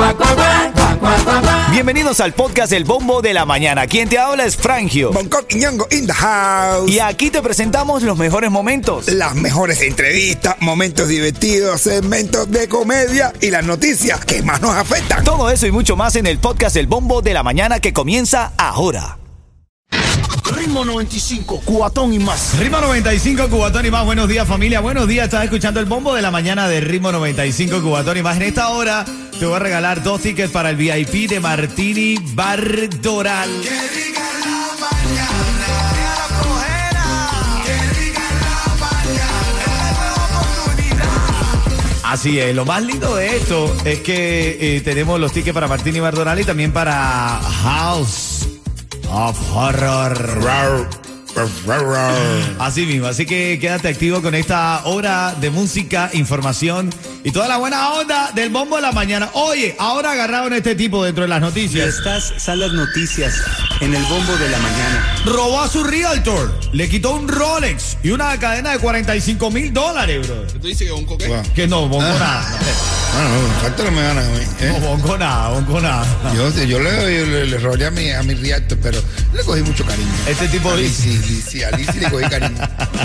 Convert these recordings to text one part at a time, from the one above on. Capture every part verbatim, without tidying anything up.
Bienvenidos al podcast El Bombo de la Mañana. Quien te habla es Frangio. Bangkok y Ñongo in the house. Y aquí te presentamos los mejores momentos. Las mejores entrevistas, momentos divertidos, segmentos de comedia y las noticias que más nos afectan. Todo eso y mucho más en el podcast El Bombo de la Mañana que comienza ahora. Ritmo noventa y cinco, Cubatón y más. Ritmo noventa y cinco, Cubatón y más. Buenos días, familia. Buenos días. Estás escuchando el Bombo de la Mañana de Ritmo noventa y cinco, Cubatón y más. En esta hora te voy a regalar dos tickets para el V I P de Martini Bar Doral. Qué rica la mañana, la flojera. Qué rica la mañana, es la oportunidad. Así es. Lo más lindo de esto es que eh, tenemos los tickets para Martini Bar Doral y también para House of Horror. Así mismo, así que quédate activo con esta hora de música, información y toda la buena onda del Bombo de la Mañana. Oye, ahora agarraron a este tipo dentro de las Y noticias. estas son las noticias en el Bombo de la Mañana. Robó a su realtor, le quitó un Rolex y una cadena de cuarenta y cinco mil dólares, bro. ¿Tú dices que un coque? Wow. Que no, bongo nada. No, no, falta no me gana a mí. ¿eh? No, bongo nada, bongo nada. Yo, yo le, le, le robé a mi, a mi rialto, pero le cogí mucho cariño. Este tipo a de- Lizzy, Lizzy, a Lizzy le cogí cariño.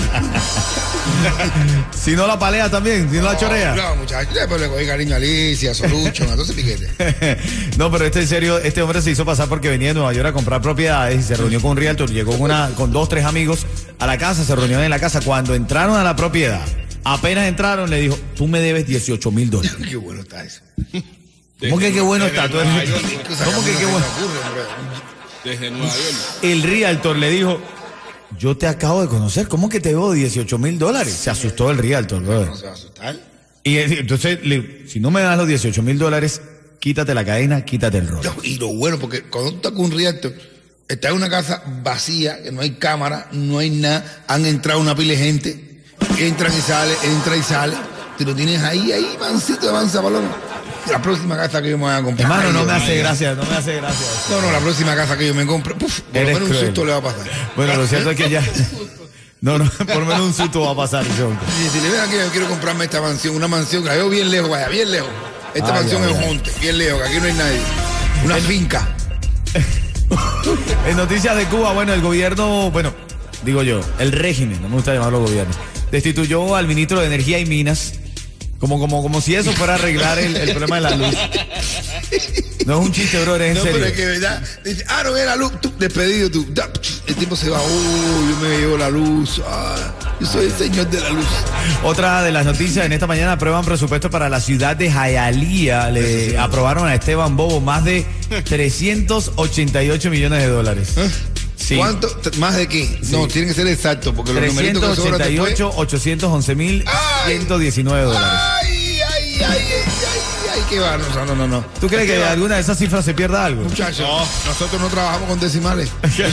Si no la palea también, si no la chorea. No, muchachos, después le cogí cariño a Lizzy, a Solucho, a todos esos piquetes. No, pero este en serio, este hombre se hizo pasar porque venía de Nueva York a comprar propiedades y se reunió con un realtor, llegó con, una, con dos, tres amigos a la casa, se reunieron en la casa. Cuando entraron a la propiedad, apenas entraron, le dijo, tú me debes dieciocho mil dólares. Qué bueno está eso. ¿Cómo que qué bueno está? Tú eres- Nueva York, ¿Cómo que qué bueno? Desde Nueva York. El realtor le dijo, yo te acabo de conocer, ¿cómo que te debo dieciocho mil dólares? Se asustó el realtor, brother. No se va a asustar. Y él- entonces, le, si no me das los dieciocho mil dólares, quítate la cadena, quítate el rol. No, y lo bueno, porque cuando tú estás con un rialto, estás en una casa vacía, que no hay cámara, no hay nada, han entrado una pila de gente, entran y salen, entra y sale, te lo tienes ahí, ahí, mansito de mansa paloma. La próxima casa que yo me voy a comprar. Hermano, ay, no Dios me mío. hace gracia, no me hace gracia. No, no, la próxima casa que yo me compre, puf, por lo Eres menos un cruel. susto le va a pasar. Bueno, lo cierto es que ya... No, no, por lo menos un susto va a pasar, John. Y si le ven aquí, yo quiero comprarme esta mansión, una mansión que la veo bien lejos, vaya, bien lejos. Esta Ay, mansión ay, es ay. un monte, bien lejos, que aquí no hay nadie. Una finca. En noticias de Cuba, bueno, el gobierno, bueno, digo yo, el régimen, no me gusta llamarlo gobierno, destituyó al ministro de Energía y Minas, como, como, como si eso fuera a arreglar el, el problema de la luz. No es un chiste, bro, es en No, serio. pero es que, ¿verdad? Dice, ah, no ve la luz, tú, despedido tú. Da, el tiempo se va, uy, yo me llevo la luz, ah, yo soy el señor de la luz. Otra de las noticias, en esta mañana aprueban presupuesto para la ciudad de Hialeah. Le aprobaron a Esteban Bobo más de trescientos ochenta y ocho millones de dólares. Sí. ¿Cuánto? T- ¿Más de qué? No, tiene que ser exacto, porque los numeritos que sobran trescientos ochenta y después... ocho, ochocientos once mil ciento diecinueve dólares. Ay, ay, ay, ay, ay, ay, qué va, no, no, no, no. ¿Tú crees Qué que de va. alguna de esas cifras se pierda algo? Muchachos, nosotros no trabajamos con decimales.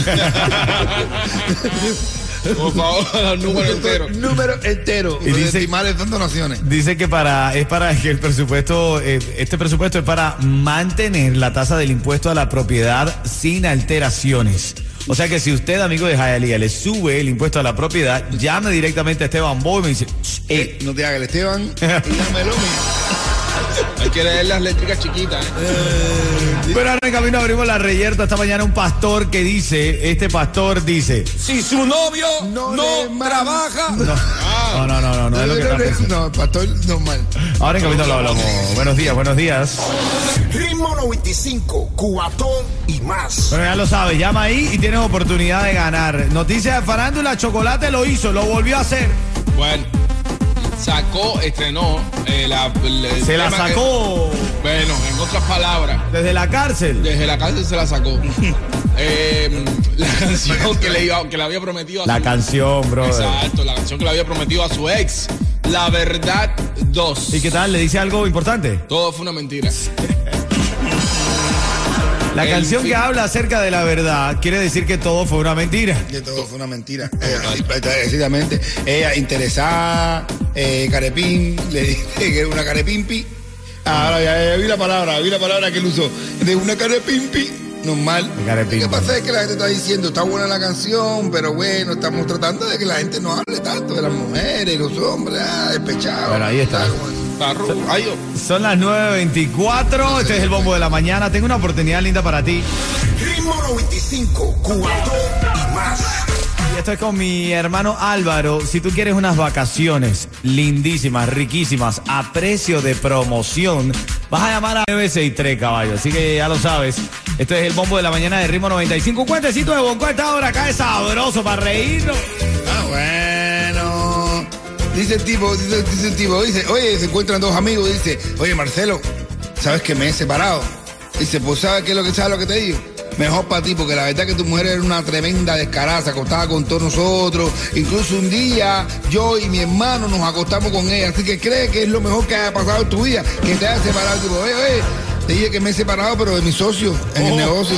Por favor, el número entero. Número entero. Y Los dice- decimales son donaciones. Dice que para es para que el presupuesto, eh, este presupuesto es para mantener la tasa del impuesto a la propiedad sin alteraciones. O sea que si usted, amigo de Hialeah, le sube el impuesto a la propiedad, llame directamente a Esteban Bobo y me dice, Eh, no te hagas el Esteban, y dámelo, Hay que leer las eléctricas chiquitas. ¿eh? pero ahora en camino abrimos la reyerta esta mañana un pastor que dice, este pastor dice, Si su novio No no, le manda- trabaja, no, no, no, no, no es lo que está pensando. No, pastor normal. Ahora en camino lo hablamos. Buenos días, buenos días. Ritmo noventa y cinco, Cubatón y más. Bueno, ya lo sabes, llama ahí y tienes oportunidad de ganar. Noticias de farándula, Chocolate lo hizo, lo volvió a hacer. Bueno, sacó, estrenó eh, la, el Se la tema que- sacó bueno, en otras palabras, desde la cárcel. desde la cárcel se la sacó. Eh, la canción que le, iba, que le había prometido a La su... canción, bro. Exacto, la canción que le había prometido a su ex. La Verdad dos. ¿Y qué tal? ¿Le dice algo importante? Todo fue una mentira. La El canción fin- que habla acerca de la verdad quiere decir que todo fue una mentira. Que todo fue una mentira. Eh, precisamente, ella interesada, eh, carepín, le dije que era una carepimpi. Ahora ya, ya vi la palabra, vi la palabra que él usó. De una carepimpi. Normal. Carepimpi. Lo que pasa es que la gente está diciendo, está buena la canción, pero bueno, estamos tratando de que la gente no hable tanto de las mujeres y los hombres, ah, despechados. Bueno, ahí está. ¿Sabes cómo es? Barro, ay, yo. Son las nueve veinticuatro, este es el bombo de la mañana. Tengo una oportunidad linda para ti. Ritmo noventa y cinco, Cubatón y más. Y esto es con mi hermano Álvaro. Si tú quieres unas vacaciones lindísimas, riquísimas, a precio de promoción, vas a llamar a nueve seis tres, caballo. Así que ya lo sabes. Esto es el bombo de la mañana de Ritmo noventa y cinco. Un cuentecito de Bonco a esta hora acá es sabroso para reírnos. Ah, bueno. Dice el tipo, dice, dice el tipo, dice, oye, se encuentran dos amigos, dice, oye, Marcelo, ¿sabes que me he separado? Dice, pues, ¿sabes qué es lo que, sabes lo que te digo? Mejor para ti, porque la verdad que tu mujer era una tremenda descarada, se acostaba con todos nosotros. Incluso un día, yo y mi hermano nos acostamos con ella. Así que cree que es lo mejor que haya pasado en tu vida, que te hayas separado. Tipo, oye, oye, te dije que me he separado, pero de mi socio en el negocio.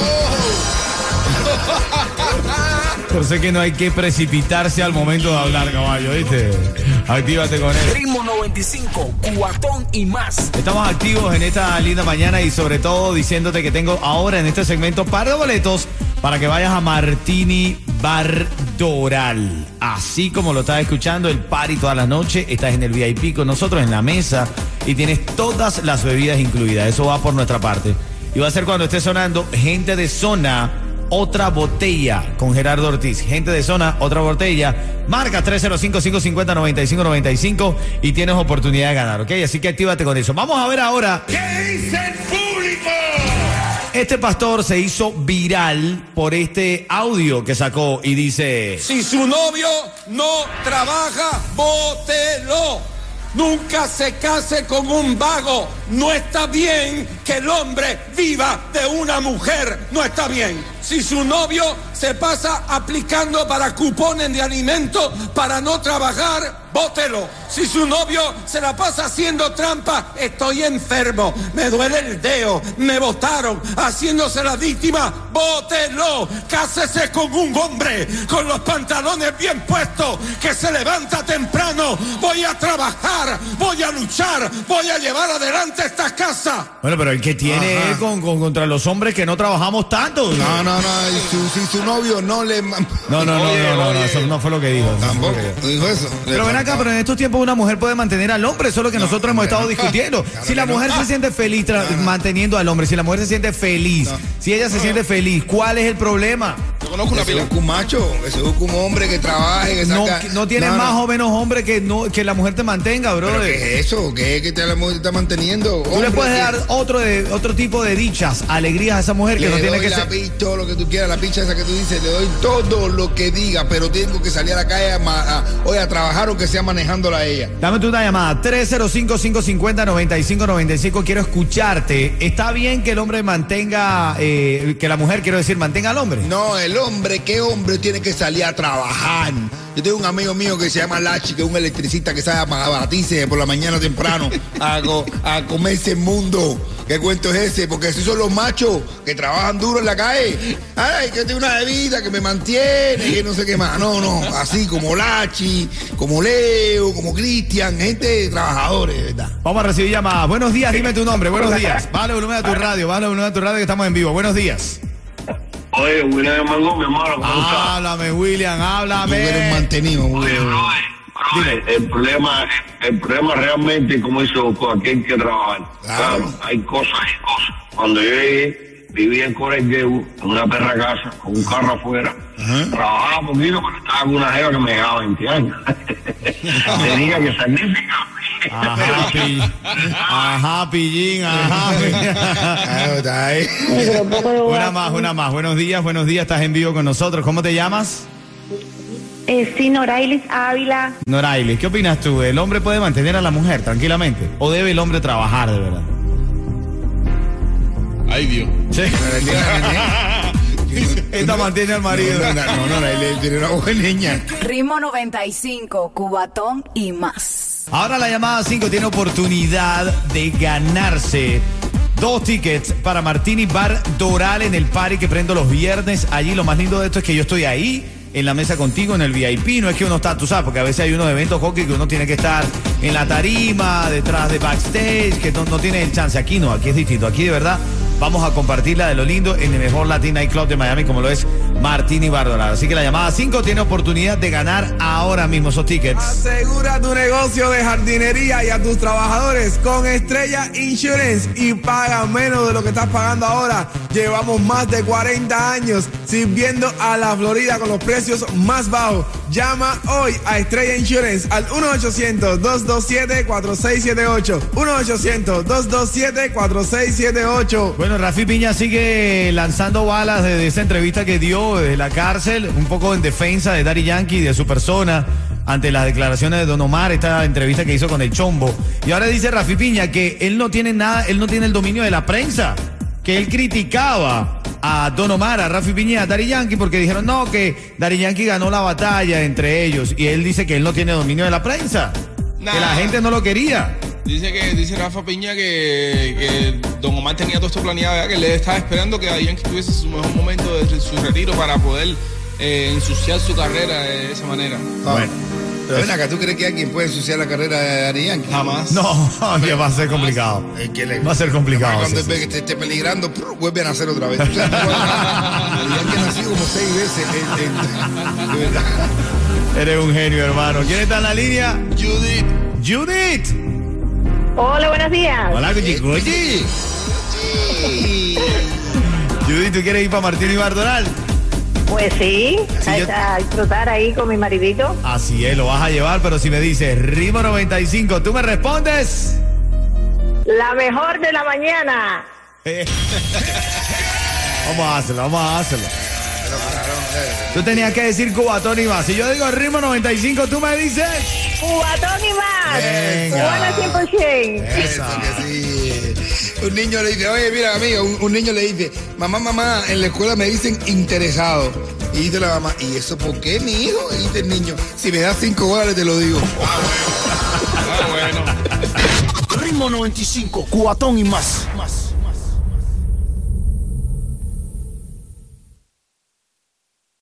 Pero sé que no hay que precipitarse al momento de hablar, caballo, ¿viste? Actívate con él. Ritmo noventa y cinco, Cubatón y más. Estamos activos en esta linda mañana y sobre todo diciéndote que tengo ahora en este segmento par de boletos para que vayas a Martini Bar Doral. Así como lo estás escuchando, el party toda la noche, estás en el V I P con nosotros en la mesa y tienes todas las bebidas incluidas. Eso va por nuestra parte. Y va a ser cuando esté sonando Gente de Zona, Otra Botella con Gerardo Ortiz. Gente de Zona, Otra Botella. Marca tres cero cinco, cinco cinco cero, nueve cinco nueve cinco y tienes oportunidad de ganar, ¿ok? Así que actívate con eso. Vamos a ver ahora. ¿Qué dice el público? Este pastor se hizo viral por este audio que sacó y dice: Si su novio no trabaja, bótelo. Nunca se case con un vago. No está bien que el hombre viva de una mujer. No está bien. Si su novio se pasa aplicando para cupones de alimento para no trabajar, bótelo. Si su novio se la pasa haciendo trampa, estoy enfermo, me duele el dedo, me botaron, haciéndose la víctima, bótelo. Cásese con un hombre con los pantalones bien puestos, que se levanta temprano. Voy a trabajar, voy a luchar, voy a llevar adelante esta casa. Bueno, pero el que tiene Ajá. es con, con- contra los hombres que no trabajamos tanto. No, no, no, y su, si su novio no le... No, no, no, Oye, no, no, no, oye, eso no fue lo que dijo. no fue lo Tampoco, que dijo. no dijo eso. Pero ven acá, pero en estos tiempos una mujer puede mantener al hombre, eso es lo que No, nosotros hemos hombre, estado no. discutiendo. Claro Si la que no. mujer se siente feliz tra- No, no. manteniendo al hombre, si la mujer se siente feliz, No. si ella se siente feliz, ¿cuál es el problema? Yo conozco una Que se pila. busca un macho, que se busca un hombre que trabaje, que No, saca... no tienes No, no. más o menos hombre que no que la mujer te mantenga, ¿Pero brother. qué es eso? ¿Qué es que te, la mujer te está manteniendo? Tú le puedes dar otro de otro tipo de dichas, alegrías a esa mujer que Le no tiene doy que la ser. pi- todo lo que tú quieras, la picha esa que tú dices, le doy todo lo que diga, pero tengo que salir a la calle a, ma- a, oye, a trabajar o que sea manejándola a ella. Dame tú una llamada, tres cero cinco, cinco cinco cero, nueve cinco nueve cinco, quiero escucharte. ¿Está bien que el hombre mantenga, eh, que la mujer, quiero decir, mantenga al hombre? No, el hombre, ¿qué hombre tiene que salir a trabajar? Yo tengo un amigo mío que se llama Lachi, que es un electricista que sabe a batirse por la mañana temprano a, co- a comerse el mundo. ¿Qué cuento es ese? Porque esos son los machos que trabajan duro en la calle. Ay, que tengo una bebida que me mantiene, que no sé qué más. No, no, así como Lachi, como Leo, como Cristian, gente de trabajadores, ¿verdad? Vamos a recibir llamadas. Buenos días, dime tu nombre, buenos días. Bájale volumen a tu radio, bájale volumen a tu radio que estamos en vivo. Buenos días. Oye, William de Mango, mi hermano, ¿cómo estás? Háblame, William, Tú eres háblame. mantenido, Oye, güey. brother, brother, el problema, el problema realmente, como dice Bocó, aquí hay que trabajar. Claro. Claro, hay cosas y cosas. Cuando yo llegué, vivía en Coregueu, en una perra casa, con un carro afuera. Ajá. Trabajaba poquito, pero estaba con una jeva que me dejaba veinte años. Tenía que sacrificar. Ajá, pi, ajá, pillín, ajá. Ah, está ahí. Una más, una más. Buenos días, buenos días, estás en vivo con nosotros. ¿Cómo te llamas? Eh, sí, Norailis Ávila. Norailis, ¿qué opinas tú? ¿El hombre puede mantener a la mujer tranquilamente? ¿O debe el hombre trabajar de verdad? Ay, Dios. Sí. Esta mantiene al marido. No, no, no, no, no, él tiene una buena niña. Ritmo noventa y cinco, Cubatón y más. Ahora la llamada cinco tiene oportunidad de ganarse dos tickets para Martini Bar Doral en el party que prendo los viernes. Allí lo más lindo de esto es que yo estoy ahí en la mesa contigo en el V I P. No es que uno está, tú sabes, porque a veces hay unos eventos hockey que uno tiene que estar en la tarima, detrás de backstage, que no, no tiene el chance. Aquí no, aquí es distinto. Aquí de verdad vamos a compartirla de lo lindo en el mejor Latin Night Club de Miami, como lo es Martini Bar Doral. Así que la llamada cinco tiene oportunidad de ganar ahora mismo esos tickets. Asegura tu negocio de jardinería y a tus trabajadores con Estrella Insurance y paga menos de lo que estás pagando ahora. Llevamos más de cuarenta años sirviendo a la Florida con los precios más bajos. Llama hoy a Estrella Insurance al uno ochocientos, dos dos siete, cuatro seis siete ocho. uno ochocientos, dos dos siete, cuatro seis siete ocho. Bueno, Rafi Piña sigue lanzando balas desde esa entrevista que dio desde la cárcel, un poco en defensa de Daddy Yankee y de su persona ante las declaraciones de Don Omar, esta entrevista que hizo con el Chombo. Y ahora dice Rafi Piña que él no tiene nada, él no tiene el dominio de la prensa, que él criticaba a Don Omar, a Rafi Piña y a Daddy Yankee porque dijeron no, que Daddy Yankee ganó la batalla entre ellos, y él dice que él no tiene dominio de la prensa, nah, que la gente no lo quería. Dice que dice Rafa Piña que, que Don Omar tenía todo esto planeado, ¿verdad? Que él estaba esperando que Daddy Yankee tuviese su mejor momento de su retiro para poder eh, ensuciar su carrera de esa manera. Ah, bueno. Pero ven acá, ¿tú crees que alguien puede ensuciar la carrera de Daddy Yankee? Jamás. No, que va a ser complicado. Es que le, va a ser complicado. Cuando sí, ve sí. que te esté peligrando, prr, vuelve a nacer otra vez. O sea, Daddy Yankee ha nacido como seis veces. En, en, de verdad. Eres un genio, hermano. ¿Quién está en la línea? Judith. Judith. Hola, buenos días. Hola, Cuchicuchi. Judith, ¿tú quieres ir para Martini Bar Doral? Pues sí, Sí, a, yo- a disfrutar ahí con mi maridito. Así es, lo vas a llevar, pero si me dices Ritmo noventa y cinco, ¿tú me respondes? La mejor de la mañana. Vamos a hacerlo, vamos a hacerlo. Tú tenías que decir Cubatón y más. Si yo digo Ritmo noventa y cinco, tú me dices... Cubatón y más. Venga. Cubana cien por ciento. Eso que sí. Un niño le dice, oye, mira, amigo, un, un niño le dice, mamá, mamá, en la escuela me dicen interesado. Y dice la mamá, ¿y eso por qué, mi hijo? Y dice el niño, si me das cinco dólares te lo digo. Ah, bueno. Ritmo noventa y cinco, Cubatón y más. más.